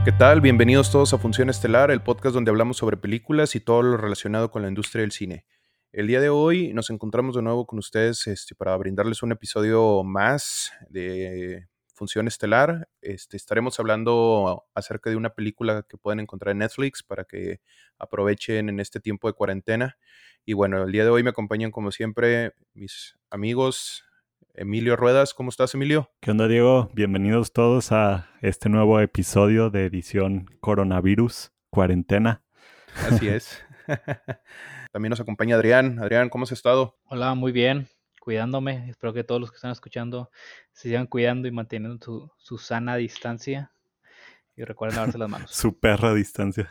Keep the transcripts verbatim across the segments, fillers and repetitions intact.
¿Qué tal? Bienvenidos todos a Función Estelar, el podcast donde hablamos sobre películas y todo lo relacionado con la industria del cine. El día de hoy nos encontramos de nuevo con ustedes este, para brindarles un episodio más de Función Estelar. Este, estaremos hablando acerca de una película que pueden encontrar en Netflix para que aprovechen en este tiempo de cuarentena. Y bueno, el día de hoy me acompañan como siempre mis amigos. Emilio Ruedas, ¿cómo estás, Emilio? ¿Qué onda, Diego? Bienvenidos todos a este nuevo episodio de edición Coronavirus Cuarentena. Así es. También nos acompaña Adrián. Adrián, ¿cómo has estado? Hola, muy bien, cuidándome. Espero que todos los que están escuchando se sigan cuidando y manteniendo su, su sana distancia. Y recuerden lavarse las manos. Su perra a distancia.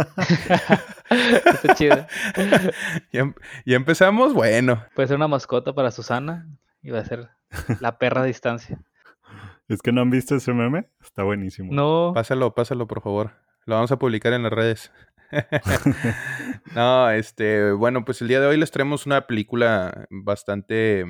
Está chido. ¿Ya, ya empezamos? Bueno. Puede ser una mascota para Susana y va a ser la perra a distancia. ¿Es que no han visto ese meme? Está buenísimo. No. Pásalo, pásalo, por favor. Lo vamos a publicar en las redes. No, este, bueno, pues el día de hoy les traemos una película bastante,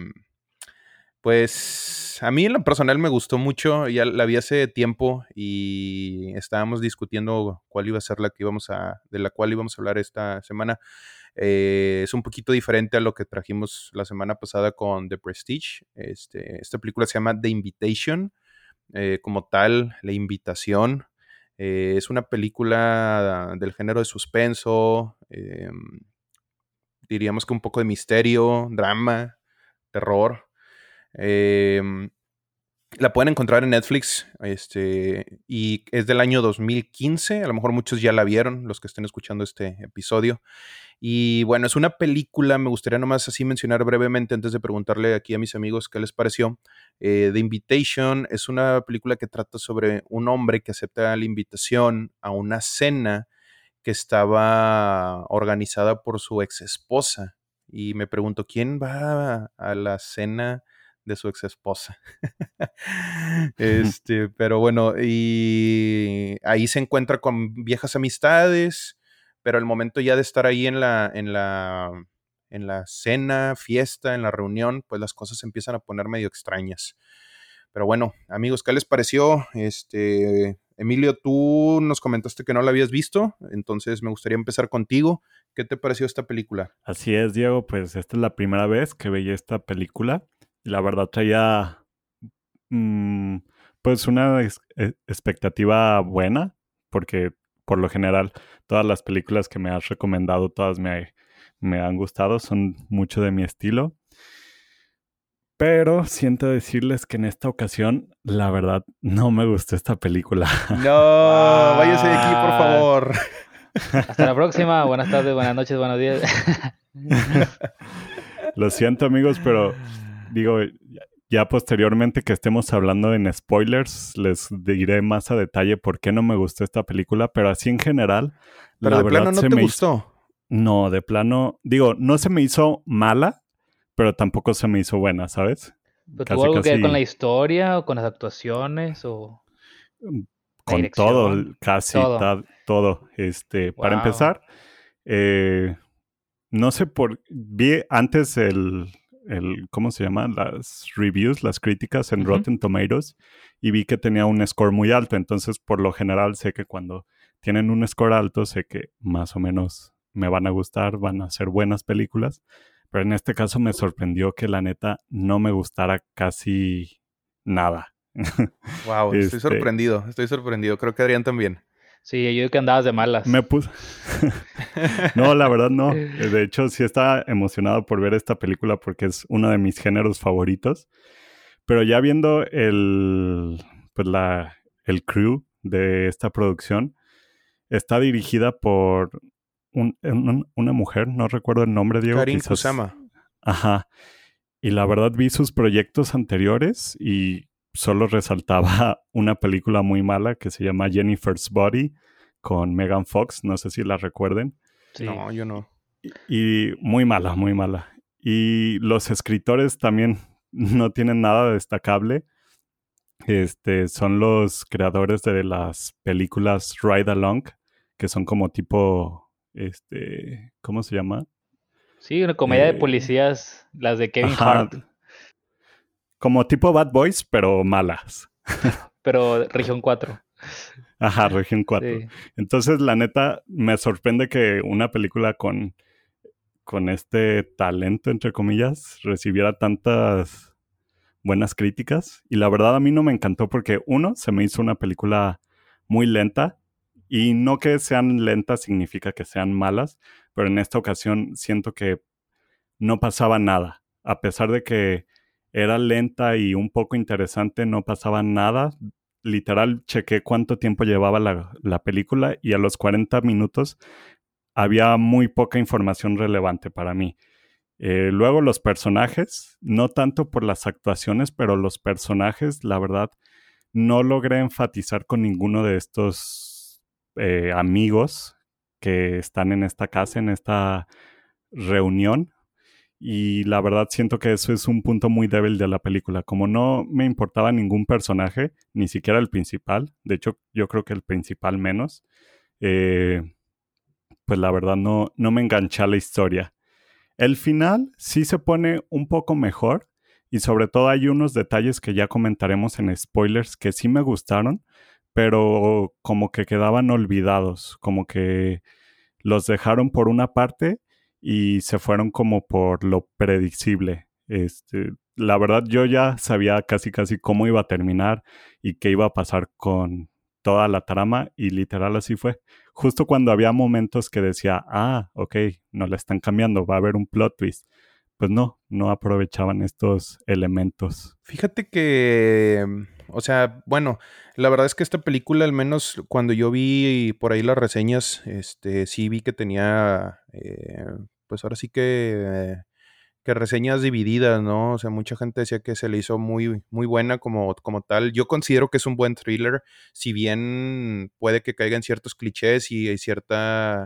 pues, a mí en lo personal me gustó mucho. Ya la vi hace tiempo y estábamos discutiendo cuál iba a ser la que íbamos a, de la cual íbamos a hablar esta semana. Eh, es un poquito diferente a lo que trajimos la semana pasada con The Prestige. Este, esta película se llama The Invitation, eh, como tal, La Invitación. Eh, es una película del género de suspenso, eh, diríamos que un poco de misterio, drama, terror. Eh, la pueden encontrar en Netflix, este, y es del año dos mil quince. A lo mejor muchos ya la vieron, los que estén escuchando este episodio. Y bueno, es una película, me gustaría nomás así mencionar brevemente antes de preguntarle aquí a mis amigos qué les pareció. Eh, The Invitation es una película que trata sobre un hombre que acepta la invitación a una cena que estaba organizada por su ex esposa. Y me pregunto, ¿quién va a la cena de su ex esposa? este, pero bueno, y ahí se encuentra con viejas amistades, pero al momento ya de estar ahí en la, en la, en la cena, fiesta, en la reunión, pues las cosas se empiezan a poner medio extrañas. Pero bueno, amigos, ¿qué les pareció? Este, Emilio, tú nos comentaste que no la habías visto, entonces me gustaría empezar contigo. ¿Qué te pareció esta película? Así es, Diego, pues esta es la primera vez que veía esta película. Y la verdad traía mmm, pues una ex- e- expectativa buena, porque por lo general todas las películas que me has recomendado, todas me, me han gustado, son mucho de mi estilo. Pero siento decirles que en esta ocasión, la verdad, no me gustó esta película. No, Ah. váyase de aquí, por favor. Hasta la próxima. Buenas tardes, buenas noches, buenos días. Lo siento, amigos, pero digo, ya posteriormente que estemos hablando en spoilers, les diré más a detalle por qué no me gustó esta película, pero así en general, Pero la de verdad plano no se te me gustó. hizo... No, de plano, digo, no se me hizo mala, pero tampoco se me hizo buena, ¿sabes? ¿Pero Casi, tuvo algo que ver casi con la historia o con las actuaciones o la con dirección? todo, casi Todo. ta- todo. Este, para Wow. empezar, eh, no sé por... Vi antes el, el, ¿cómo se llama? Las reviews, las críticas en Ujú. Rotten Tomatoes y vi que tenía un score muy alto. Entonces, por lo general, sé que cuando tienen un score alto, sé que más o menos me van a gustar, van a ser buenas películas. Pero en este caso me sorprendió que la neta no me gustara casi nada. Wow, estoy Este, sorprendido, estoy sorprendido. Creo que Adrián también. Sí, yo digo que andabas de malas. me puse... No, la verdad no. De hecho, sí estaba emocionado por ver esta película porque es uno de mis géneros favoritos. Pero ya viendo el, pues la, el crew de esta producción, está dirigida por un, un, una mujer, no recuerdo el nombre, Diego. Karin Quizás... Kusama. Ajá. Y la verdad vi sus proyectos anteriores y solo resaltaba una película muy mala que se llama Jennifer's Body con Megan Fox, no sé si la recuerden. Sí. No, yo no. Y, y muy mala, muy mala. Y los escritores también no tienen nada destacable. Este, son los creadores de las películas Ride Along, que son como tipo, este, ¿cómo se llama? Sí, una comedia de Eh, policías, las de Kevin ajá, Hart, como tipo Bad Boys, pero malas. pero región cuatro. Ajá, región cuatro. Sí. Entonces, la neta, me sorprende que una película con, con este talento, entre comillas, recibiera tantas buenas críticas. Y la verdad a mí no me encantó porque, uno, se me hizo una película muy lenta. Y no que sean lentas significa que sean malas, pero en esta ocasión siento que no pasaba nada. A pesar de que era lenta y un poco interesante, no pasaba nada. Literal, chequé cuánto tiempo llevaba la, la película y a los cuarenta minutos había muy poca información relevante para mí. Eh, luego los personajes, no tanto por las actuaciones, pero los personajes, la verdad, no logré enfatizar con ninguno de estos eh, amigos que están en esta casa, en esta reunión. Y la verdad siento que eso es un punto muy débil de la película. Como no me importaba ningún personaje, ni siquiera el principal, de hecho yo creo que el principal menos, eh, pues la verdad no, no me enganché a la historia. El final sí se pone un poco mejor y sobre todo hay unos detalles que ya comentaremos en spoilers que sí me gustaron, pero como que quedaban olvidados, como que los dejaron por una parte y se fueron como por lo predecible. Este, la verdad yo ya sabía casi casi cómo iba a terminar y qué iba a pasar con toda la trama y literal así fue. Justo cuando había momentos que decía, ah, ok, no la están cambiando, va a haber un plot twist. Pues no, no aprovechaban estos elementos. Fíjate que, o sea, bueno, la verdad es que esta película, al menos cuando yo vi por ahí las reseñas, este, sí vi que tenía, eh, pues ahora sí que, que reseñas divididas, ¿no? O sea, mucha gente decía que se le hizo muy, muy buena como, como tal. Yo considero que es un buen thriller, si bien puede que caiga en ciertos clichés y hay cierta,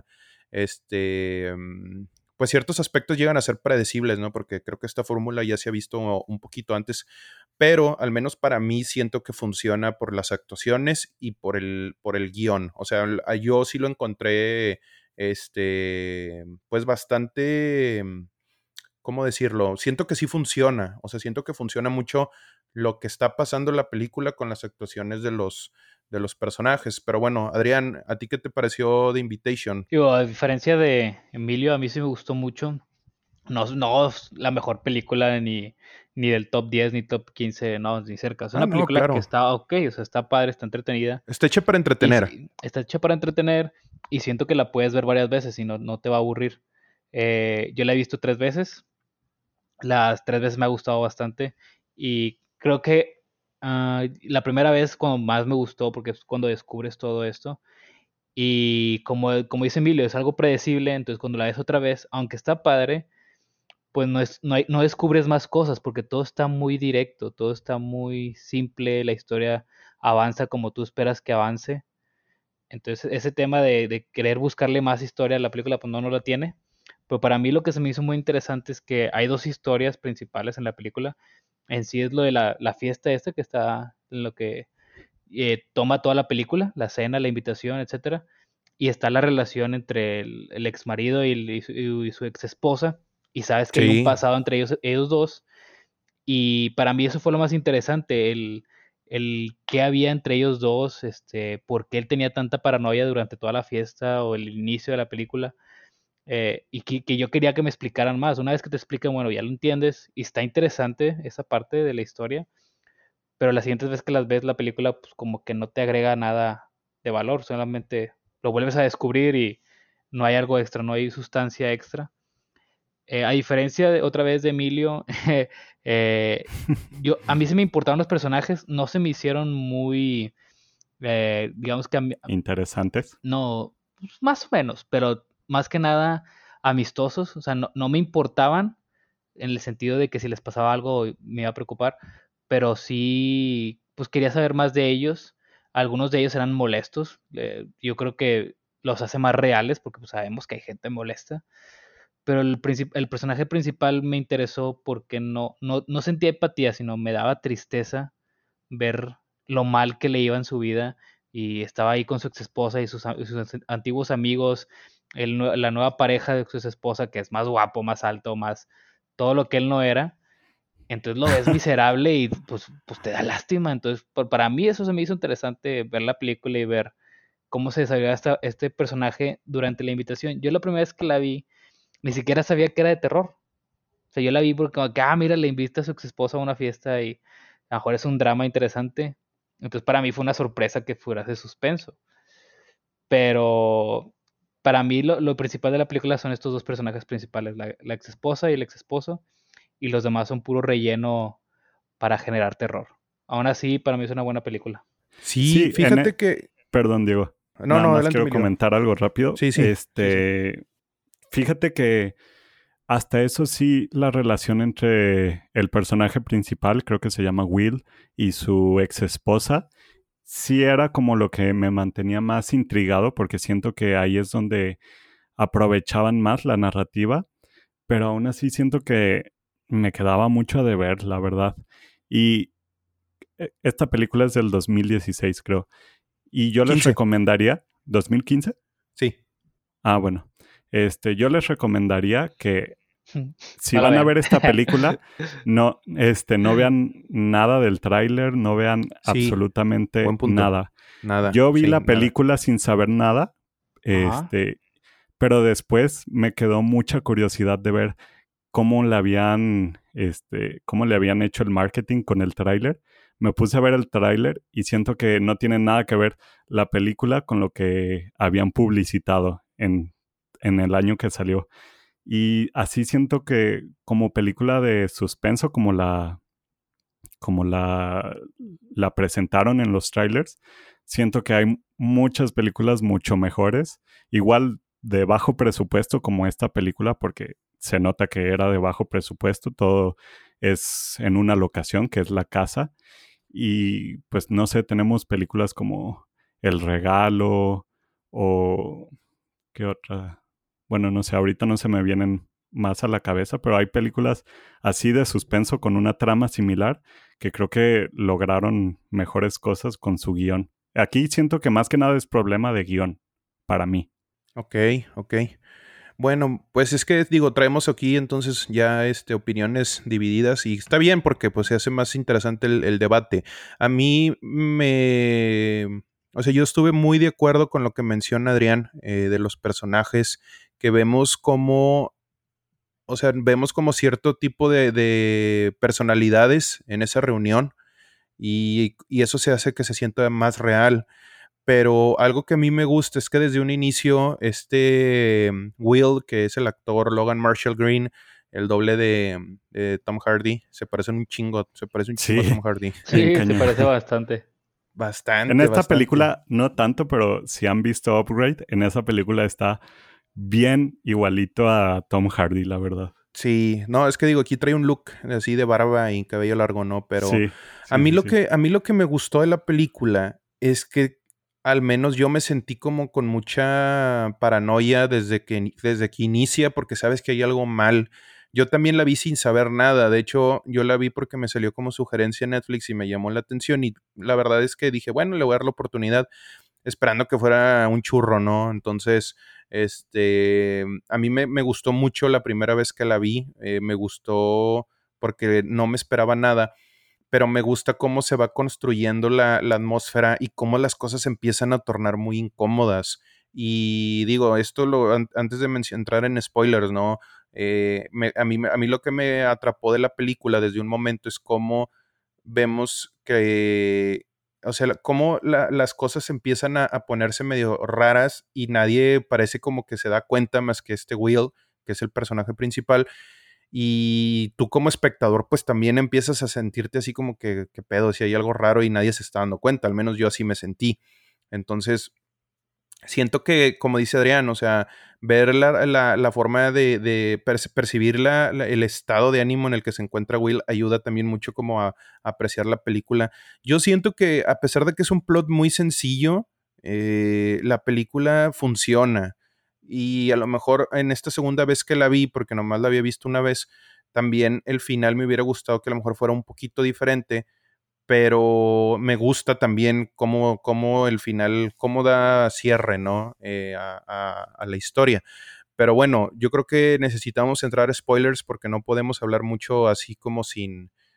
este, mm, pues ciertos aspectos llegan a ser predecibles, ¿no? Porque creo que esta fórmula ya se ha visto un poquito antes, pero al menos para mí siento que funciona por las actuaciones y por el, por el guión. O sea, yo sí lo encontré, este, pues bastante, ¿cómo decirlo? Siento que sí funciona, o sea, siento que funciona mucho lo que está pasando en la película con las actuaciones de los, de los personajes. Pero bueno, Adrián, ¿a ti qué te pareció The Invitation? Digo, a diferencia de Emilio, a mí sí me gustó mucho. No, no es la mejor película ni, ni del top diez ni top quince, no, ni cerca. Es Ah, una no, película que claro. está ok, o sea, está padre, está entretenida. Está hecha para Y entretener. sí, está hecha para entretener y siento que la puedes ver varias veces y no, no te va a aburrir. Eh, yo la he visto tres veces, las tres veces me ha gustado bastante y creo que ah, la primera vez cuando más me gustó porque es cuando descubres todo esto y como, como dice Emilio, es algo predecible, entonces cuando la ves otra vez, aunque está padre, pues no, es, no, hay, no descubres más cosas porque todo está muy directo, todo está muy simple, la historia avanza como tú esperas que avance. Entonces, ese tema de, de querer buscarle más historia a la película, pues no, no la tiene. Pero para mí lo que se me hizo muy interesante es que hay dos historias principales en la película. En sí es lo de la, la fiesta esta que está en lo que eh, toma toda la película, la cena, la invitación, etcétera. Y está la relación entre el, el ex marido y, el- y su, y su ex esposa. Y sabes que hay un Sí, pasado entre ellos, ellos dos. Y para mí eso fue lo más interesante, el, el qué había entre ellos dos, este, por qué él tenía tanta paranoia durante toda la fiesta o el inicio de la película. Eh, y que, que yo quería que me explicaran más. Una vez que te expliquen, bueno, ya lo entiendes y está interesante esa parte de la historia, pero las siguientes veces que las ves la película, pues como que no te agrega nada de valor, solamente lo vuelves a descubrir y no hay algo extra, no hay sustancia extra. Eh, a diferencia de otra vez de Emilio, eh, yo, a mí sí me importaron los personajes, no se me hicieron muy, eh, digamos que a mí- Interesantes. no, pues, más o menos, pero más que nada amistosos, o sea, no, no me importaban en el sentido de que si les pasaba algo me iba a preocupar, pero sí, pues quería saber más de ellos. Algunos de ellos eran molestos, eh, yo creo que los hace más reales porque pues, sabemos que hay gente molesta, pero el, princip- el personaje principal me interesó porque no, no, no sentía empatía, sino me daba tristeza ver lo mal que le iba en su vida y estaba ahí con su ex esposa y sus, a- sus antiguos amigos, el nue- la nueva pareja de su ex esposa que es más guapo, más alto, más todo lo que él no era. Entonces lo ves miserable y pues, pues te da lástima. Entonces, por- para mí eso se me hizo interesante ver la película y ver cómo se desarrollaba esta- este personaje durante la invitación. Yo la primera vez que la vi, ni siquiera sabía que era de terror. O sea, yo la vi porque como que, ah, mira, le invita a su ex esposa a una fiesta y a lo mejor es un drama interesante. Entonces para mí fue una sorpresa que fuera de suspenso. Pero para mí lo, lo principal de la película son estos dos personajes principales, la, la ex esposa y el ex esposo, y los demás son puro relleno para generar terror. Aún así, para mí es una buena película. Sí, Sí, en fíjate e- que... perdón, Diego. No, Nada no, más adelante, quiero Emilio. comentar algo rápido. Sí, sí, sí, sí. Este, fíjate que hasta eso sí, la relación entre el personaje principal, creo que se llama Will, y su ex esposa, sí era como lo que me mantenía más intrigado, porque siento que ahí es donde aprovechaban más la narrativa, pero aún así siento que me quedaba mucho a deber, la verdad. Y eh, esta película es del dos mil dieciséis, creo. Y yo les quince. recomendaría, ¿dos mil quince? Sí. Ah, bueno. Este, yo les recomendaría que si No la van a vean. ver esta película, no, este, no vean nada del tráiler, no vean Sí, absolutamente buen punto. nada. Nada, Yo vi sí, la nada. película sin saber nada, Ajá. este, pero después me quedó mucha curiosidad de ver cómo le habían, este, cómo le habían hecho el marketing con el tráiler. Me puse a ver el tráiler y siento que no tiene nada que ver la película con lo que habían publicitado en, en el año que salió. Y así siento que como película de suspenso, como la, como la, la presentaron en los trailers, siento que hay muchas películas mucho mejores, igual de bajo presupuesto como esta película, porque se nota que era de bajo presupuesto, todo es en una locación que es la casa. Y pues no sé, tenemos películas como El Regalo o qué otra. Bueno, no sé, ahorita no se me vienen más a la cabeza, pero hay películas así de suspenso con una trama similar que creo que lograron mejores cosas con su guión. Aquí siento que más que nada es problema de guión para mí. Ok, ok. Bueno, pues es que digo, traemos aquí entonces ya este, opiniones divididas y está bien porque pues se hace más interesante el, el debate. A mí me... O sea, yo estuve muy de acuerdo con lo que menciona Adrián eh, de los personajes que vemos como... O sea, vemos como cierto tipo de, de personalidades en esa reunión y, y eso se hace que se sienta más real. Pero algo que a mí me gusta es que desde un inicio, este mm, Will, que es el actor Logan Marshall Green, el doble de, mm, de Tom Hardy, se parece un chingo, se parece un chingo a Sí, Tom Hardy. bien Sí, se cañón. parece bastante. En Bastante, esta bastante. película no tanto, pero si han visto Upgrade, en esa película está bien igualito a Tom Hardy, la verdad. Sí, no, es que digo, aquí trae un look así de barba y cabello largo, ¿no? Pero Sí, a sí, mí sí, lo sí. que, a mí lo que me gustó de la película es que al menos yo me sentí como con mucha paranoia desde que, desde que inicia, porque sabes que hay algo mal. Yo también la vi sin saber nada. De hecho, yo la vi porque me salió como sugerencia en Netflix y me llamó la atención. Y la verdad es que dije, bueno, le voy a dar la oportunidad esperando que fuera un churro, ¿no? Entonces, este, a mí me, me gustó mucho la primera vez que la vi, eh, me gustó porque no me esperaba nada, pero me gusta cómo se va construyendo la, la atmósfera y cómo las cosas empiezan a tornar muy incómodas. Y digo, esto lo, an- antes de menc- entrar en spoilers, ¿no? Eh, me- a, mí, a mí lo que me atrapó de la película desde un momento es cómo vemos que, o sea, cómo la- las cosas empiezan a, a ponerse medio raras y nadie parece como que se da cuenta más que este Will, que es el personaje principal. Y tú como espectador, pues también empiezas a sentirte así como que, que pedo, si hay algo raro y nadie se está dando cuenta, al menos yo así me sentí. Entonces, siento que, como dice Adrián, o sea, ver la, la, la forma de, de perci- percibir la, la- el estado de ánimo en el que se encuentra Will ayuda también mucho como a, a apreciar la película. Yo siento que a pesar de que es un plot muy sencillo, eh, la película funciona. Y a lo mejor en esta segunda vez que la vi, porque nomás la había visto una vez, también el final me hubiera gustado que a lo mejor fuera un poquito diferente, pero me gusta también cómo, cómo el final, cómo da cierre, ¿no? Eh, a, a, a la historia. Pero bueno, yo creo que necesitamos entrar a spoilers porque no podemos hablar mucho así como sin,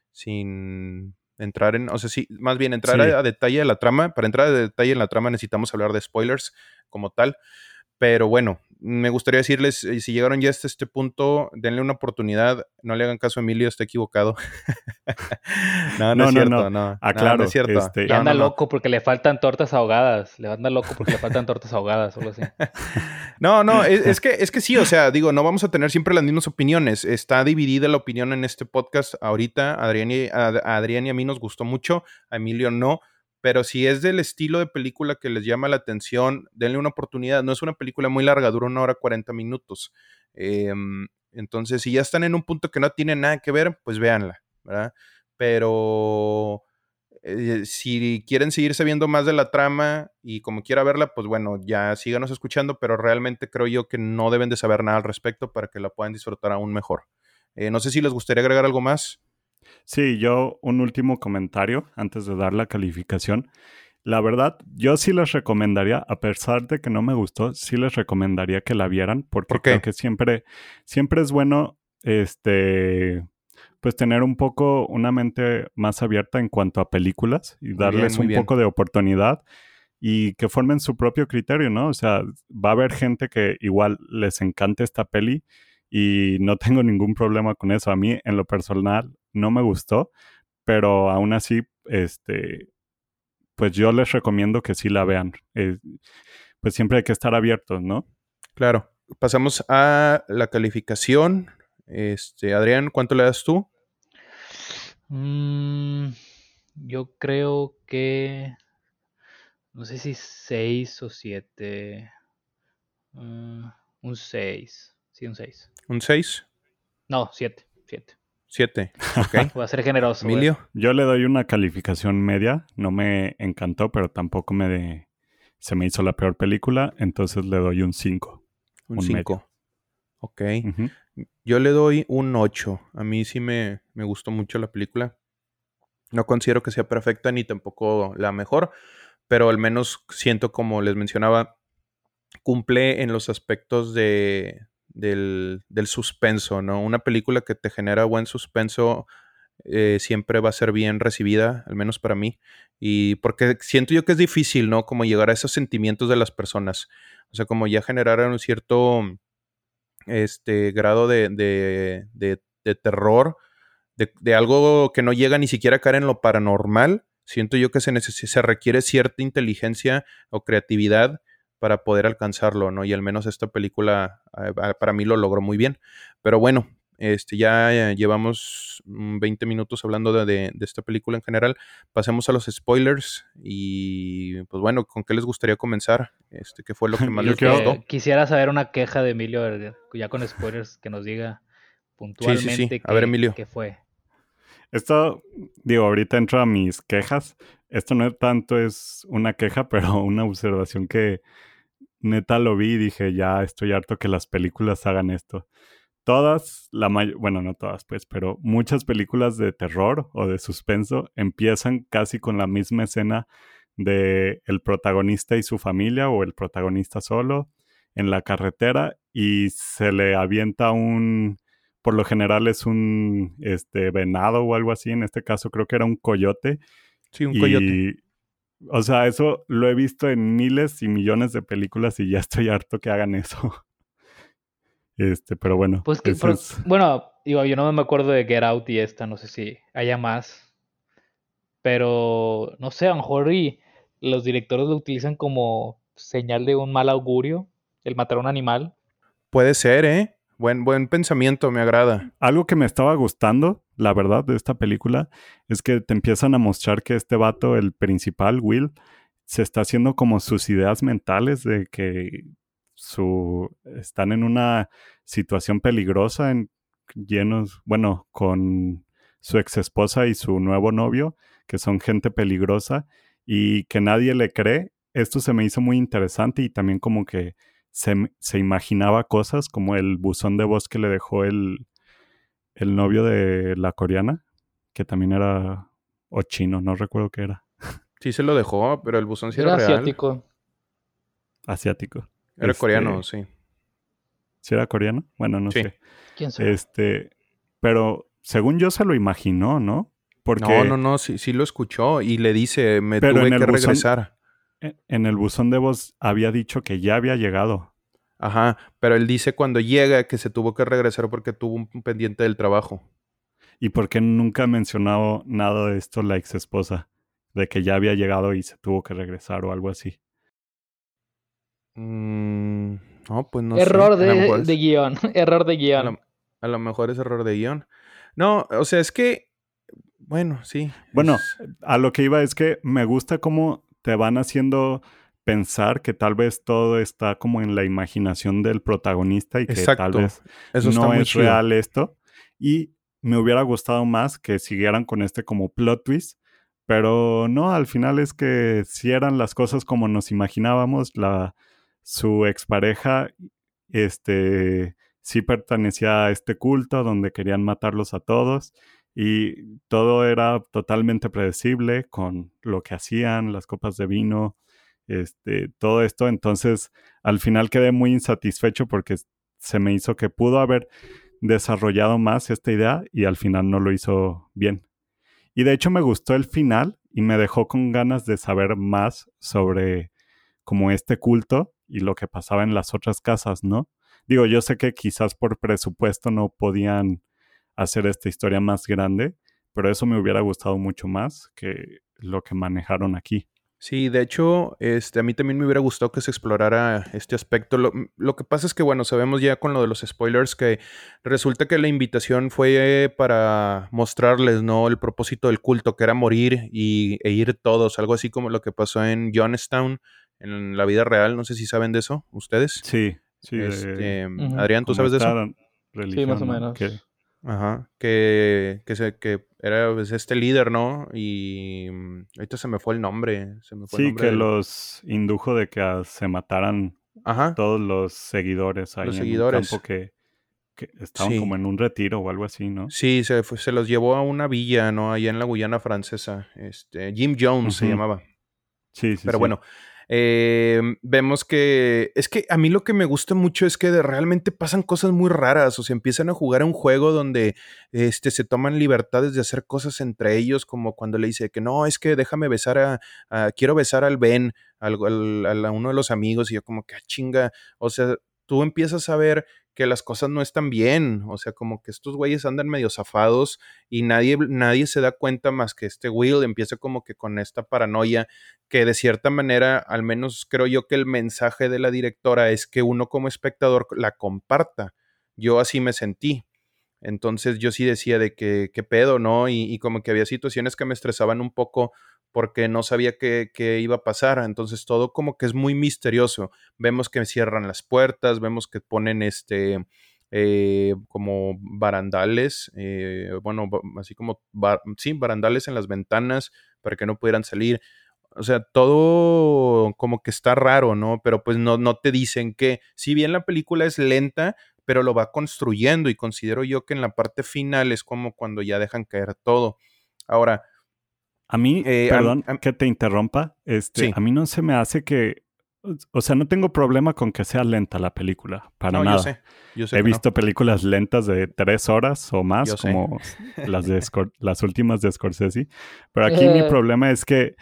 sin entrar en, o sea, sí, más bien entrar Sí. a, a detalle de la trama. Para entrar a detalle en la trama necesitamos hablar de spoilers como tal. Pero bueno, me gustaría decirles, eh, si llegaron ya hasta este punto, denle una oportunidad, no le hagan caso a Emilio, está equivocado. No, no es No, no, no. cierto, no, no, no es Aclaro, cierto. este, Y No, anda no, no. loco porque le faltan tortas ahogadas. Le anda loco porque le faltan tortas ahogadas, solo así. No, no, es, es que, es que sí, o sea, digo, no vamos a tener siempre las mismas opiniones. Está dividida la opinión en este podcast ahorita. A Adrián y, a, a Adrián y a mí nos gustó mucho, a Emilio no. Pero si es del estilo de película que les llama la atención, denle una oportunidad. No es una película muy larga, dura una hora cuarenta minutos. Eh, entonces, si ya están en un punto que no tiene nada que ver, pues véanla, ¿verdad? Pero eh, si quieren seguir sabiendo más de la trama y como quiera verla, pues bueno, ya síganos escuchando, pero realmente creo yo que no deben de saber nada al respecto para que la puedan disfrutar aún mejor. Eh, no sé si les gustaría agregar algo más. Sí, yo un último comentario antes de dar la calificación. La verdad, yo sí les recomendaría, a pesar de que no me gustó, sí les recomendaría que la vieran, porque ¿Por qué? creo que siempre, siempre es bueno, este, pues tener un poco una mente más abierta en cuanto a películas y Muy darles bien, muy un bien. poco de oportunidad y que formen su propio criterio, ¿no? O sea, va a haber gente que igual les encante esta peli y no tengo ningún problema con eso. A mí, en lo personal, no me gustó, pero aún así, este, pues yo les recomiendo que sí la vean. Eh, pues siempre hay que estar abiertos, ¿no? Claro. Pasamos a la calificación. Este, Adrián, ¿cuánto le das tú? Mm, yo creo que... No sé si seis o siete. Mm, un seis. Sí, un seis. ¿Un seis? No, siete. siete. siete. Ok. Voy a ser generoso, güey. Emilio, Yo le doy una calificación media. No me encantó, pero tampoco me de- se me hizo la peor película. Entonces le doy un cinco. un Un medio. cinco. Ok. Ujú. Yo le doy un ocho. A mí sí me, me gustó mucho la película. No considero que sea perfecta ni tampoco la mejor, pero al menos siento, como les mencionaba, cumple en los aspectos de, del, del suspenso, ¿no? Una película que te genera buen suspenso eh, siempre va a ser bien recibida, al menos para mí, y porque siento yo que es difícil, ¿no? Como llegar a esos sentimientos de las personas, o sea, como ya generar un cierto este grado de, de, de, de terror, de, de algo que no llega ni siquiera a caer en lo paranormal. Siento yo que se, neces- se requiere cierta inteligencia o creatividad para poder alcanzarlo, ¿no? Y al menos esta película eh, para mí lo logró muy bien. Pero bueno, este, ya eh, llevamos mm, veinte minutos hablando de, de, de esta película en general. Pasemos a los spoilers y pues bueno, ¿con qué les gustaría comenzar? Este, ¿qué fue lo que más Yo les quiero- gustó? Eh, quisiera saber una queja de Emilio, eh, ya con spoilers, que nos diga Sí, sí, sí. puntualmente A ver, qué, Emilio. qué fue. Esto, digo, ahorita entro a mis quejas. Esto no tanto es una queja, pero una observación que neta lo vi y dije, ya estoy harto que las películas hagan esto. Todas, la may- bueno, no todas, pues, pero muchas películas de terror o de suspenso empiezan casi con la misma escena de el protagonista y su familia o el protagonista solo en la carretera y se le avienta un, por lo general es un este venado o algo así, en este caso creo que era un coyote Sí, un coyote. y o sea, eso lo he visto en miles y millones de películas y ya estoy harto que hagan eso. Este, pero bueno, Pues que, ese pero, es bueno, digo, yo no me acuerdo de Get Out y esta, no sé si haya más, pero no sé, a lo mejor y los directores lo utilizan como señal de un mal augurio, el matar a un animal. Puede ser, ¿eh? Buen, buen pensamiento, me agrada. algo que me estaba gustando, la verdad, de esta película, es que te empiezan a mostrar que este vato, el principal, Will, se está haciendo como sus ideas mentales de que su, están en una situación peligrosa, en, llenos, bueno, con su ex esposa y su nuevo novio, que son gente peligrosa y que nadie le cree. Esto se me hizo muy interesante y también como que se, se imaginaba cosas como el buzón de voz que le dejó el, el novio de la coreana, que también era, o chino, no recuerdo qué era, Sí se lo dejó, pero el buzón sí era Era real. asiático. asiático. Era Este, coreano, sí. ¿Sí era coreano? Bueno, no Sí. sé. ¿Quién sabe? Este, pero según yo se lo imaginó, ¿no? Porque, No, no, no, sí, sí lo escuchó y le dice, me pero en tuve el que buzón, regresar. e- en el buzón de voz había dicho que ya había llegado. Ajá, pero él dice cuando llega que se tuvo que regresar porque tuvo un pendiente del trabajo. ¿Y por qué nunca ha mencionado nada de esto la ex esposa? De que ya había llegado y se tuvo que regresar o algo así. Mm, no, pues no sé, Error a lo mejor de, de es, guión, error de a guión. lo, a lo mejor es error de guión. No, o sea, es que, bueno, sí, Bueno, es a lo que iba es que me gusta cómo te van haciendo pensar que tal vez todo está como en la imaginación del protagonista y que tal exacto. vez Eso está no muy es chido. real esto. Y me hubiera gustado más que siguieran con este como plot twist, pero no, al final es que si eran las cosas como nos imaginábamos, la, su expareja, este, sí pertenecía a este culto donde querían matarlos a todos y todo era totalmente predecible con lo que hacían, las copas de vino, este, todo esto. Entonces, al final quedé muy insatisfecho porque se me hizo que pudo haber desarrollado más esta idea y al final no lo hizo bien. Y de hecho me gustó el final y me dejó con ganas de saber más sobre como este culto y lo que pasaba en las otras casas, ¿no? Digo, yo sé que quizás por presupuesto no podían hacer esta historia más grande, pero eso me hubiera gustado mucho más que lo que manejaron aquí. Sí, de hecho, este, a mí también me hubiera gustado que se explorara este aspecto. Lo, lo que pasa es que, bueno, sabemos ya con lo de los spoilers que resulta que la invitación fue para mostrarles, ¿no? El propósito del culto, que era morir y, e ir todos, algo así como lo que pasó en Johnstown, en la vida real. No sé si saben de eso, ustedes. Sí, sí, de Este, Ujú. Adrián, ¿tú como sabes de eso? esta Sí, más o religión, ¿no? Que menos. Ajá, que, que, se, que era pues, este líder, ¿no? Y mm, ahorita se me fue el nombre, se me fue el sí, nombre que del... los indujo de que ah, se mataran Ajá, todos los seguidores los ahí en un campo seguidores. que, que estaban Sí, como en un retiro o algo así, ¿no? sí, se, fue- se los llevó a una villa, ¿no? Allá en la Guyana Francesa. Este, Jim Jones se Ujú. llamaba. Sí, sí, Pero sí. bueno, eh, vemos que es que a mí lo que me gusta mucho es que de- realmente pasan cosas muy raras, o sea, empiezan a jugar a un juego donde este, se toman libertades de hacer cosas entre ellos, como cuando le dice que no, es que déjame besar a, a- quiero besar al Ben, al, al- al- a uno de los amigos, y yo como que "Ah, chinga, o sea, tú empiezas a ver que las cosas no están bien, o sea, como que estos güeyes andan medio zafados y nadie, nadie se da cuenta más que este Will empieza como que con esta paranoia que de cierta manera, al menos creo yo que el mensaje de la directora es que uno como espectador la comparta. Yo así me sentí. Entonces yo sí decía de que qué pedo, ¿no? Y, y como que había situaciones que me estresaban un poco porque no sabía qué, qué iba a pasar. Entonces todo como que es muy misterioso. Vemos que cierran las puertas, vemos que ponen este... eh, como barandales, eh, bueno, así como, bar, sí, barandales en las ventanas para que no pudieran salir. O sea, todo como que está raro, ¿no? Pero pues no, no te dicen que, si bien la película es lenta, pero lo va construyendo y considero yo que en la parte final es como cuando ya dejan caer todo. Ahora, A mí, eh, a- perdón a- que te interrumpa, este, sí, a mí no se me hace que, o sea, no tengo problema con que sea lenta la película, para no, yo nada. sé, yo sé He que no, visto películas lentas de tres horas o más, yo sé. como las de Scor- las últimas de Scorsese, pero aquí mi Eh, problema es que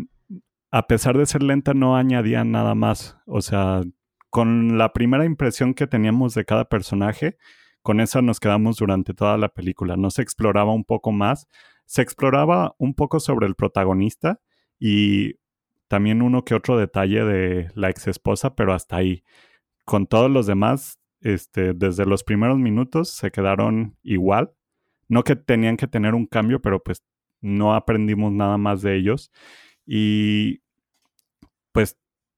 a pesar de ser lenta no añadían nada más. O sea, con la primera impresión que teníamos de cada personaje, con esa nos quedamos durante toda la película. No se exploraba un poco más. Se exploraba un poco sobre el protagonista y también uno que otro detalle de la ex esposa, pero hasta ahí. Con todos los demás, este, desde los primeros minutos se quedaron igual. No que tenían que tener un cambio, pero pues no aprendimos nada más de ellos. Y pues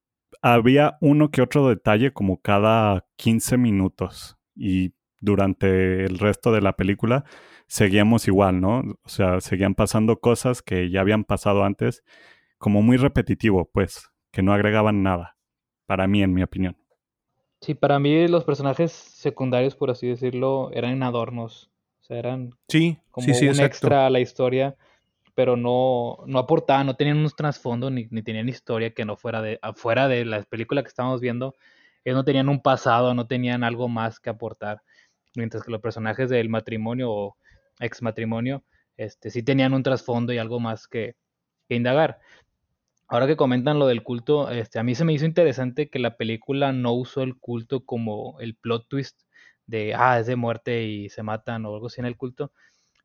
había uno que otro detalle como cada quince minutos y durante el resto de la película seguíamos igual, ¿no? O sea, seguían pasando cosas que ya habían pasado antes, como muy repetitivo, pues, que no agregaban nada, para mí, en mi opinión. sí, para mí los personajes secundarios, por así decirlo, eran adornos. O sea, eran Sí, sí, como sí, un exacto. extra a la historia, pero no, no aportaban, no tenían un trasfondo ni, ni tenían historia que no fuera de, afuera de la película que estábamos viendo. Ellos no tenían un pasado, no tenían algo más que aportar. Mientras que los personajes del matrimonio o ex matrimonio este, sí tenían un trasfondo y algo más que, que indagar. Ahora que comentan lo del culto, este, a mí se me hizo interesante que la película no usó el culto como el plot twist de, ah, es de muerte y se matan o algo así en el culto,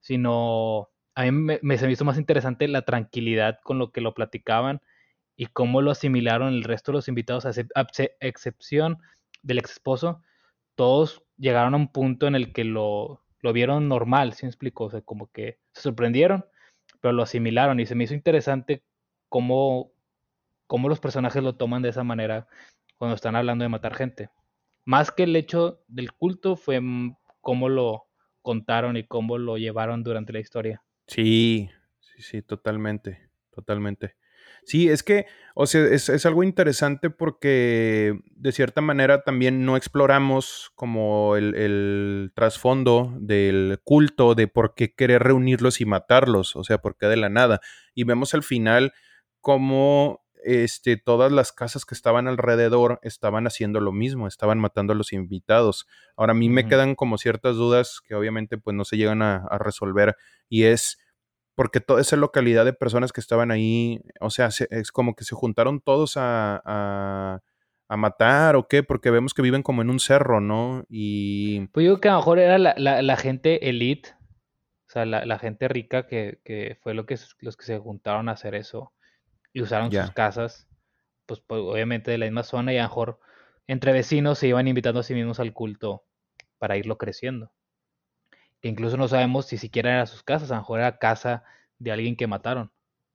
sino a mí me, me se me hizo más interesante la tranquilidad con lo que lo platicaban y cómo lo asimilaron el resto de los invitados, a excep- a exce- excepción del ex esposo, todos llegaron a un punto en el que lo, lo vieron normal, ¿sí me explico? O sea, como que se sorprendieron, pero lo asimilaron y se me hizo interesante cómo, cómo los personajes lo toman de esa manera cuando están hablando de matar gente. Más que el hecho del culto fue mm, cómo lo contaron y cómo lo llevaron durante la historia. Sí, sí, sí, totalmente, totalmente. Sí, es que, o sea, es, es algo interesante porque de cierta manera también no exploramos como el, el trasfondo del culto de por qué querer reunirlos y matarlos, o sea, por qué de la nada. Y vemos al final cómo este, todas las casas que estaban alrededor estaban haciendo lo mismo, estaban matando a los invitados. Ahora a mí me Ujú. quedan como ciertas dudas que obviamente pues no se llegan a, a resolver y es porque toda esa localidad de personas que estaban ahí, o sea, se- es como que se juntaron todos a, a, a matar o qué, porque vemos que viven como en un cerro, ¿no? Y Pues yo digo que a lo mejor era la, la, la gente elite, o sea, la, la gente rica que, que fue lo que, s- los que se juntaron a hacer eso y usaron sus ya, casas, pues, pues, obviamente de la misma zona y a lo mejor entre vecinos se iban invitando a sí mismos al culto para irlo creciendo. Que incluso no sabemos si siquiera era sus casas, a lo mejor era casa de alguien que mataron.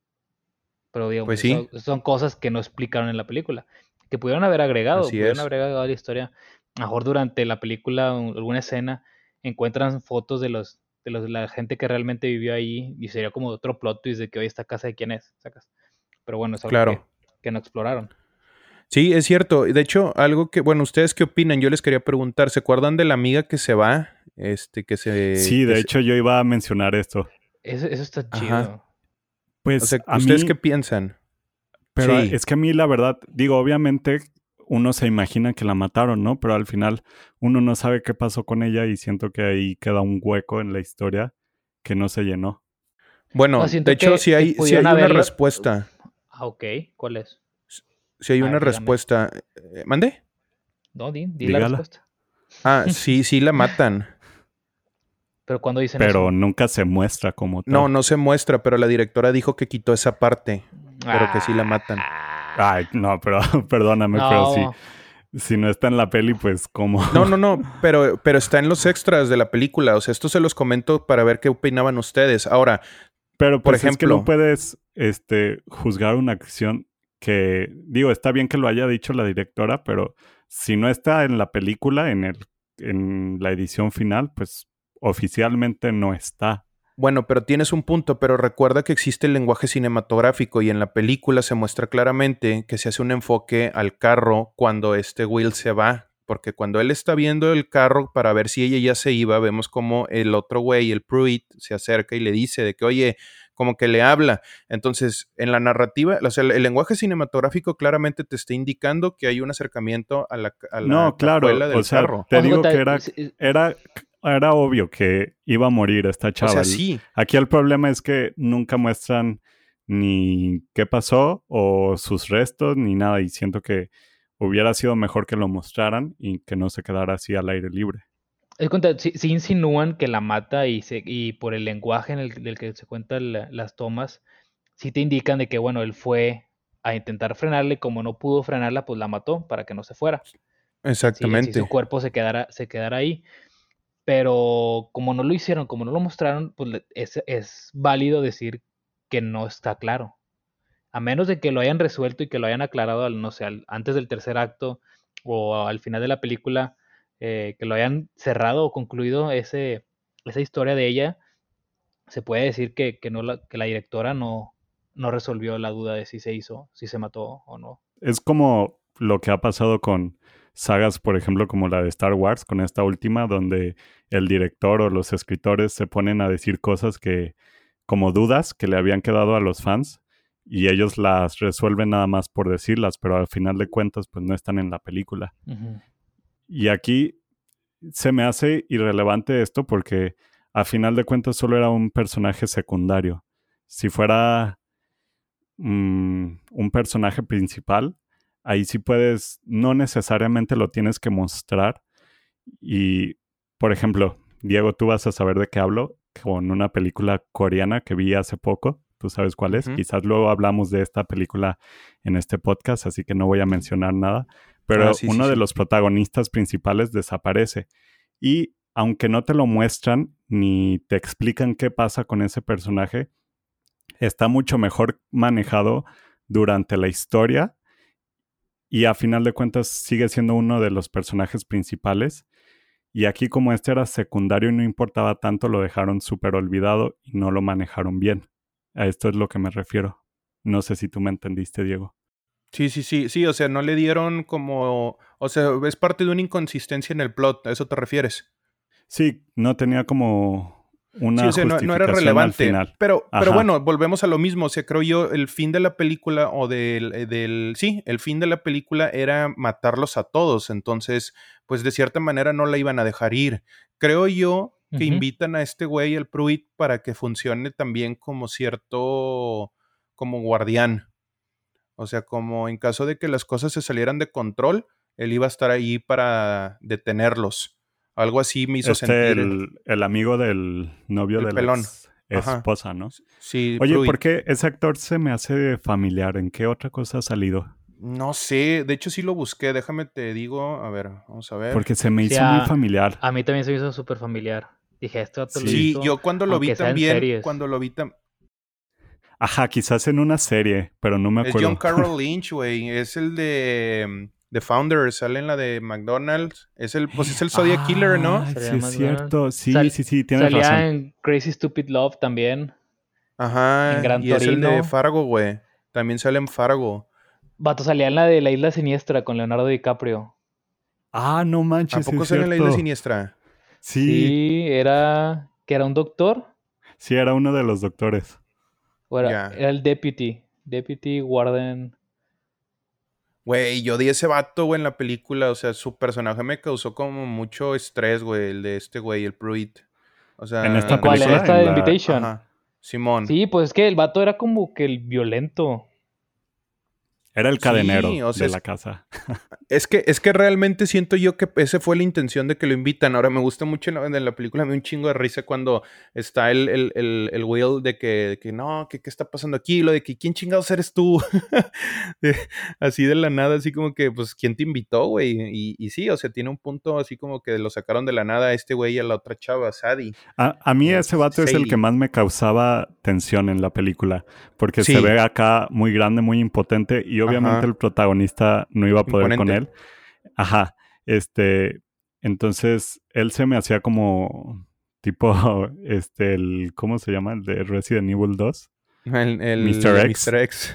Pero digamos, pues sí, eso, son cosas que no explicaron en la película. Que pudieron haber agregado, así pudieron es. haber agregado a la historia. A lo mejor durante la película, o alguna escena, encuentran fotos de los de los, la gente que realmente vivió ahí y sería como otro plot twist de que hoy esta casa de quién es, sacas. Pero bueno, es algo que, Claro. que no exploraron. Sí, es cierto. De hecho, algo que, bueno, ¿ustedes qué opinan? Yo les quería preguntar, ¿se acuerdan de la amiga que se va? Este, que se, Sí, que de se, hecho yo iba a mencionar esto. Eso, eso está ajá. chido. O Pues sea, a ¿ustedes qué mí, piensan? pero Sí, es que a mí la verdad, digo, obviamente uno se imagina que la mataron, ¿no? Pero al final uno no sabe qué pasó con ella y siento que ahí queda un hueco en la historia que no se llenó. O sea, bueno, de siento hecho, que, sí que hay, sí pudieron hay una haberlo. respuesta. Ah, ok, ¿cuál es? Sí hay A una ver, dígame. respuesta. Eh, ¿Mande? No, di, di la Dígala. respuesta. Ah, sí, sí la matan. Pero cuando dicen Pero eso. nunca se muestra como No, tal. no se muestra, pero la directora dijo que quitó esa parte, pero que sí la matan. Ay, Ah, no, pero perdóname, pero sí, no. si no está en la peli, pues como... No, no, no, pero, pero está en los extras de la película. O sea, esto se los comento para ver qué opinaban ustedes. Ahora, Pero por pues es que no ejemplo, puedes este, juzgar una acción que, digo, está bien que lo haya dicho la directora, pero si no está en la película, en, el, en la edición final, pues oficialmente no está. bueno, pero tienes un punto, pero recuerda que existe el lenguaje cinematográfico y en la película se muestra claramente que se hace un enfoque al carro cuando este Will se va, porque cuando él está viendo el carro para ver si ella ya se iba, vemos como el otro güey, el Pruitt, se acerca y le dice de que, oye, como que le habla. Entonces, en la narrativa, o sea, el, el lenguaje cinematográfico claramente te está indicando que hay un acercamiento a la, a la No, claro, cajuela o del sea, carro. te O sea, digo cuenta, que era, sí, era, era obvio que iba a morir esta O chava. sea, El- sí. Aquí el problema es que nunca muestran ni qué pasó o sus restos ni nada y siento que hubiera sido mejor que lo mostraran y que no se quedara así al aire libre. es cuenta, sí, sí insinúan que la mata y, se, y por el lenguaje en el del que se cuentan la- las tomas, sí te indican de que, bueno, él fue a intentar frenarla y como no pudo frenarla, pues la mató para que no se fuera. Y en sí, en sí su Exactamente. cuerpo se quedara, se quedara ahí. Pero como no lo hicieron, como no lo mostraron, pues le- es, es válido decir que no está claro. A menos de que lo hayan resuelto y que lo hayan aclarado, al, no sé, al- antes del tercer acto o al final de la película, eh, que lo hayan cerrado o concluido ese, esa historia de ella, se puede decir que, que, no la, que la directora no, no resolvió la duda de si se hizo, si se mató o no. Es como lo que ha pasado con sagas, por ejemplo, como la de Star Wars, con esta última, donde el director o los escritores se ponen a decir cosas que, como dudas que le habían quedado a los fans, y ellos las resuelven nada más por decirlas, pero al final de cuentas, pues no están en la película. Ujú. Y aquí se me hace irrelevante esto porque a final de cuentas solo era un personaje secundario. Si fuera mmm, un personaje principal, ahí sí puedes, no necesariamente lo tienes que mostrar. Y, por ejemplo, Diego, tú vas a saber de qué hablo con una película coreana que vi hace poco. Tú sabes cuál es. Ujú. Quizás luego hablamos de esta película en este podcast, así que no voy a mencionar nada. Pero Ah, sí, sí, uno de sí. los protagonistas principales desaparece. Y aunque no te lo muestran ni te explican qué pasa con ese personaje, está mucho mejor manejado durante la historia y a final de cuentas sigue siendo uno de los personajes principales. Y aquí, como este era secundario y no importaba tanto, lo dejaron súper olvidado y no lo manejaron bien. A esto es lo que me refiero. No sé si tú me entendiste, Diego. Sí, sí, sí, sí, o sea, no le dieron como, o sea, es parte de una inconsistencia en el plot, ¿a eso te refieres? Sí, no tenía como Sí, una o sea, no, no era justificación al relevante, final. pero, pero Ajá. bueno, volvemos a lo mismo, o sea, creo yo, el fin de la película o del, eh, del, sí, el fin de la película era matarlos a todos, entonces, pues de cierta manera no la iban a dejar ir. Creo yo que Ujú. invitan a este güey, el Pruitt, para que funcione también como cierto, como guardián. O sea, como en caso de que las cosas se salieran de control, él iba a estar ahí para detenerlos. Algo así me hizo Este, sentir el, el amigo del novio el de la pelón. ex Ajá. esposa, ¿no? Sí, Oye, ¿por Pruitt. qué ese actor se me hace familiar? ¿En qué otra cosa ha salido? No sé, de hecho sí lo busqué, déjame te digo, a ver, vamos a ver. Porque se me Sí, hizo muy a, familiar. a mí también se me hizo súper familiar. Dije, este vato lo he Sí. Sí, visto, yo cuando lo vi aunque sea en también, series. cuando lo vi también, Ajá, quizás en una serie, pero no me es John acuerdo. Carroll Lynch, güey, es el de mm, The Founder, sale en la de McDonald's, es el, pues es el Zodiac Killer, ¿no? Ah, Salía sí en es McDonald's. cierto. Sí, Sal- sí, sí, tienes salía razón. en Crazy Stupid Love también, en Ajá, Gran y es el de Torino. Fargo, güey, también sale en Fargo. Vato salía en la de La Isla Siniestra con Leonardo DiCaprio. Ah, no ¿A manches, sí poco es sale en la Isla cierto. Siniestra? Sí, Sí, era que era un doctor, sí, era uno de los doctores. o era, Ya. era el deputy, deputy warden. Güey, yo di ese vato, güey, en la película. O sea, su personaje me causó como mucho estrés, güey, el de este güey, el Pruitt. O En ¿En esta sea, no cuál? En sé. película, esta en de la... Invitation. Ajá. Simón. Sí, pues es que el vato era como que el violento. Era el Sí, cadenero o sea, de la es, casa. es que, es que realmente siento yo que esa fue la intención de que lo invitan. Ahora me gusta mucho en la, en la película, me da un chingo de risa cuando está el, el, el, el Will de que, de que no, que qué está pasando aquí, lo de que quién chingados eres tú. De- así de la nada, así como que, pues, ¿quién te invitó, güey? Y, y sí, o sea, tiene un punto así como que lo sacaron de la nada a este güey y a la otra chava, Sadie. A, a mí Eh, ese vato es el que Sadie. más me causaba tensión en la película, porque se Sí, ve acá muy grande, muy impotente, y obviamente el ajá, protagonista no iba a poder con imponente. él. Ajá, este, entonces él se me hacía como tipo, este, el, ¿cómo se llama? El de Resident Evil dos, El, Mister el X. mister X.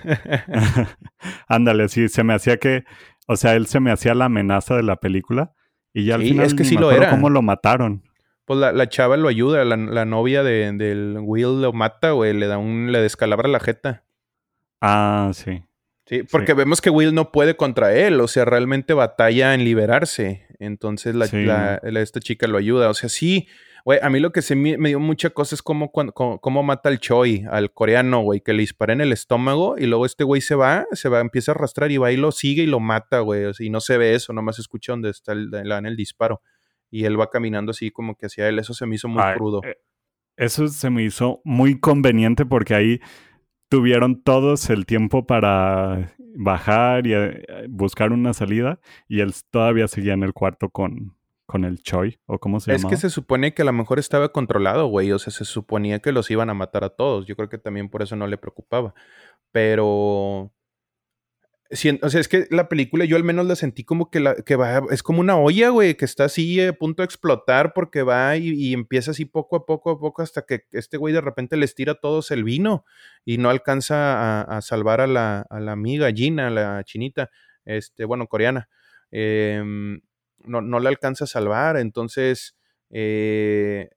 Ándale, sí, se me hacía que, o sea, él se me hacía la amenaza de la película, y ya al Sí, es final que ni sí me lo acuerdo cómo era. lo mataron. Pues la, la chava lo ayuda, la, la novia de, del Will lo mata, güey, le da un, le descalabra la jeta. Ah, sí, Sí, sí, porque vemos que Will no puede contra él, o sea, realmente batalla en liberarse. Entonces la, sí, la- no. la- esta chica lo ayuda. O sea, sí, güey, a mí lo que se me, me dio mucha cosa es cómo, cuan- cómo, cómo mata al Choi, al coreano, güey, que le dispara en el estómago y luego este güey se va, se va, empieza a arrastrar y va y lo sigue y lo mata, güey. O sea, y no se ve eso, nomás se escucha donde está el, le dan el disparo. Y él va caminando así como que hacia él. Eso se me hizo muy Ay, crudo. eh, eso se me hizo muy conveniente porque ahí tuvieron todos el tiempo para bajar y eh, buscar una salida y él todavía seguía en el cuarto con, con el Choi, o cómo se Es que llamaba. se supone que a lo mejor estaba controlado, güey. O sea, se suponía que los iban a matar a todos. Yo creo que también por eso no le preocupaba. Pero, sí, o sea, es que la película yo al menos la sentí como que, la, que va, es como una olla, güey, que está así a punto de explotar porque va y, y empieza así poco a poco a poco hasta que este güey de repente les tira a todos el vino y no alcanza a, a salvar a la, a la amiga Gina, la chinita, este, bueno, coreana. Em, no, no la alcanza a salvar, entonces, eh,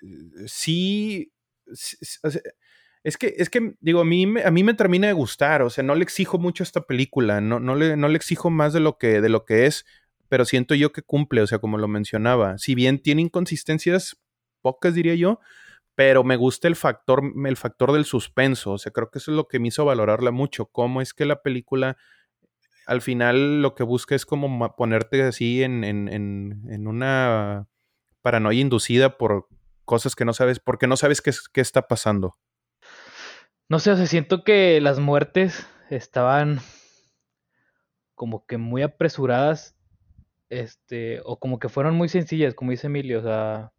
sí, sí, sí, o sea, es que, es que, digo, a mí, me, a mí me termina de gustar, o sea, no le exijo mucho a esta película, no, no, le, no le exijo más de lo, que, de lo que es, pero siento yo que cumple, o sea, como lo mencionaba, si bien tiene inconsistencias, pocas, diría yo, pero me gusta el factor, el factor del suspenso. O sea, creo que eso es lo que me hizo valorarla mucho. Cómo es que la película, al final, lo que busca es como ponerte así en, en, en, en una paranoia inducida por cosas que no sabes, porque no sabes qué, qué está pasando. No sé, o sea, siento que las muertes estaban como que muy apresuradas, este, o como que fueron muy sencillas, como dice Emilio, o sea,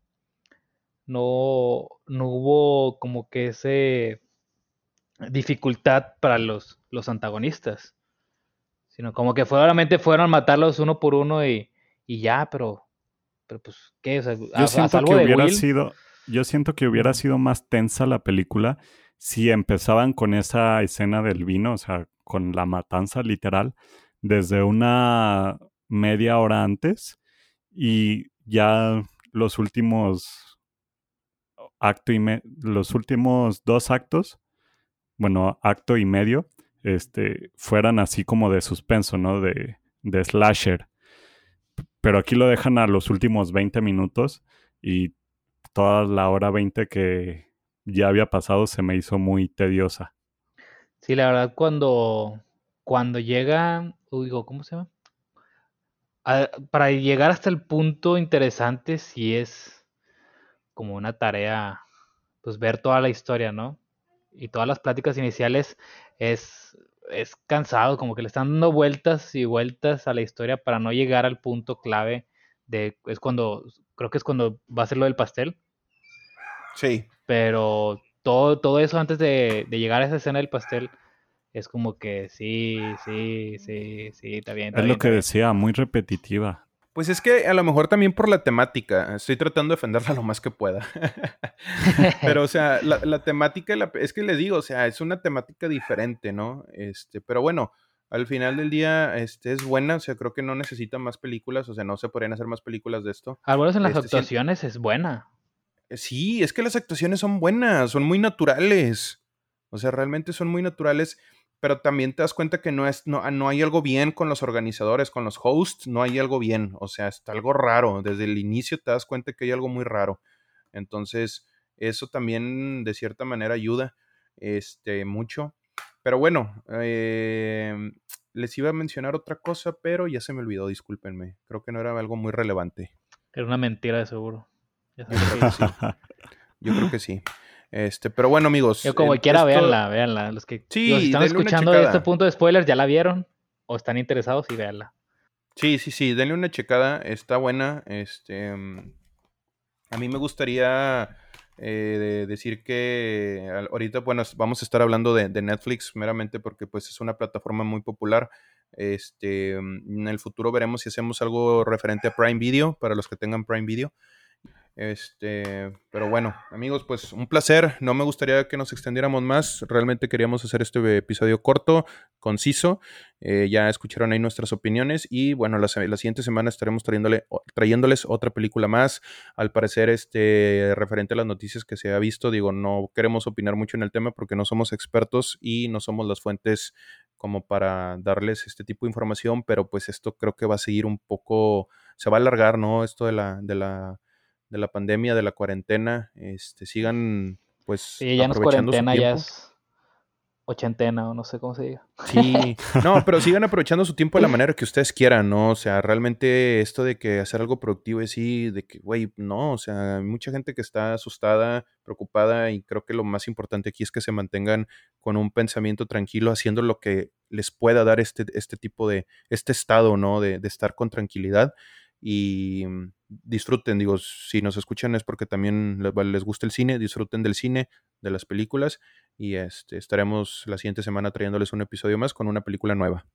no, no hubo como que ese dificultad para los, los antagonistas, sino como que solamente fueron a matarlos uno por uno y, y ya, pero, pero pues, ¿qué? O sea, a, Yo siento a salvo que de hubiera Will. sido, yo siento que hubiera sido más tensa la película si empezaban con esa escena del vino, o sea, con la matanza literal, desde una media hora antes y ya los últimos acto y me- los últimos dos actos, bueno, acto y medio, este, fueran así como de suspenso, ¿no? De, de slasher. Pero aquí lo dejan a los últimos veinte minutos y toda la hora veinte que ya había pasado se me hizo muy tediosa. Sí, la verdad, cuando, cuando llega, uy, digo, ¿cómo se llama? A- para llegar hasta el punto interesante, sí es como una tarea, pues ver toda la historia, ¿no? Y todas las pláticas iniciales es, es cansado, como que le están dando vueltas y vueltas a la historia para no llegar al punto clave de, es cuando, creo que es cuando va a ser lo del pastel, Sí. pero todo, todo eso antes de, de llegar a esa escena del pastel es como que sí, sí, sí, sí, está bien, está Es bien, lo está que bien. decía, muy repetitiva. Pues es que a lo mejor también por la temática. Estoy tratando de defenderla lo más que pueda. Pero, o sea, la, la temática, la, es que les digo, o sea, es una temática diferente, ¿no? Este, pero bueno, al final del día, este, es buena. O sea, creo que no necesita más películas. O sea, no se podrían hacer más películas de esto. Al menos en las Este, sí, actuaciones es buena. sí, es que las actuaciones son buenas, son muy naturales. O sea, realmente son muy naturales, pero también te das cuenta que no es, no, no hay algo bien con los organizadores, con los hosts, no hay algo bien. O sea, está algo raro. Desde el inicio te das cuenta que hay algo muy raro. Entonces, eso también de cierta manera ayuda este, mucho. Pero bueno, eh, les iba a mencionar otra cosa, pero ya se me olvidó, discúlpenme. Creo que no era algo muy relevante. Era una mentira de seguro. Ya Yo sabes creo que que sí. Yo creo que sí. Este, pero bueno, amigos, yo como el- quiera, esto, véanla, véanla. Los que, digo, si sí, están denle una escuchando este checada. punto de spoilers, ya la vieron o están interesados y véanla. Sí, sí, sí, denle una checada, está buena. Este, mm, a mí me gustaría eh, de- decir que al- ahorita, bueno, es- vamos a estar hablando de, de Netflix meramente porque pues es una plataforma muy popular. Este, mm, en el futuro veremos si hacemos algo referente a Prime Video, para los que tengan Prime Video. Este, pero bueno, amigos, pues un placer. No me gustaría que nos extendiéramos más. Realmente queríamos hacer este episodio corto, conciso. Eh, ya escucharon ahí nuestras opiniones. Y bueno, la, la siguiente semana estaremos trayéndole, trayéndoles otra película más. Al parecer, este, referente a las noticias que se ha visto, digo, no queremos opinar mucho en el tema porque no somos expertos y no somos las fuentes como para darles este tipo de información. Pero pues esto creo que va a seguir un poco, se va a alargar, ¿no? Esto de la, de la de la pandemia, de la cuarentena, este, sigan pues Sí, ya no es aprovechando su cuarentena, ya tiempo. es ochentena o no sé cómo se diga. Sí, no, pero sigan aprovechando su tiempo de la manera que ustedes quieran, ¿no? O sea, realmente esto de que hacer algo productivo es sí, de que, güey, no, o sea, hay mucha gente que está asustada, preocupada y creo que lo más importante aquí es que se mantengan con un pensamiento tranquilo, haciendo lo que les pueda dar este, este tipo de, este estado, ¿no? De, de estar con tranquilidad y mm, disfruten, digo, si nos escuchan es porque también les, les gusta el cine, disfruten del cine, de las películas y este, estaremos la siguiente semana trayéndoles un episodio más con una película nueva.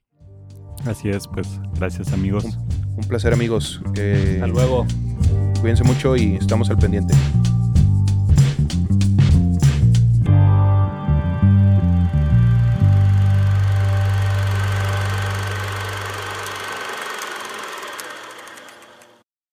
Así es, pues gracias amigos. Un, un placer amigos. Que Hasta luego. Cuídense mucho y estamos al pendiente.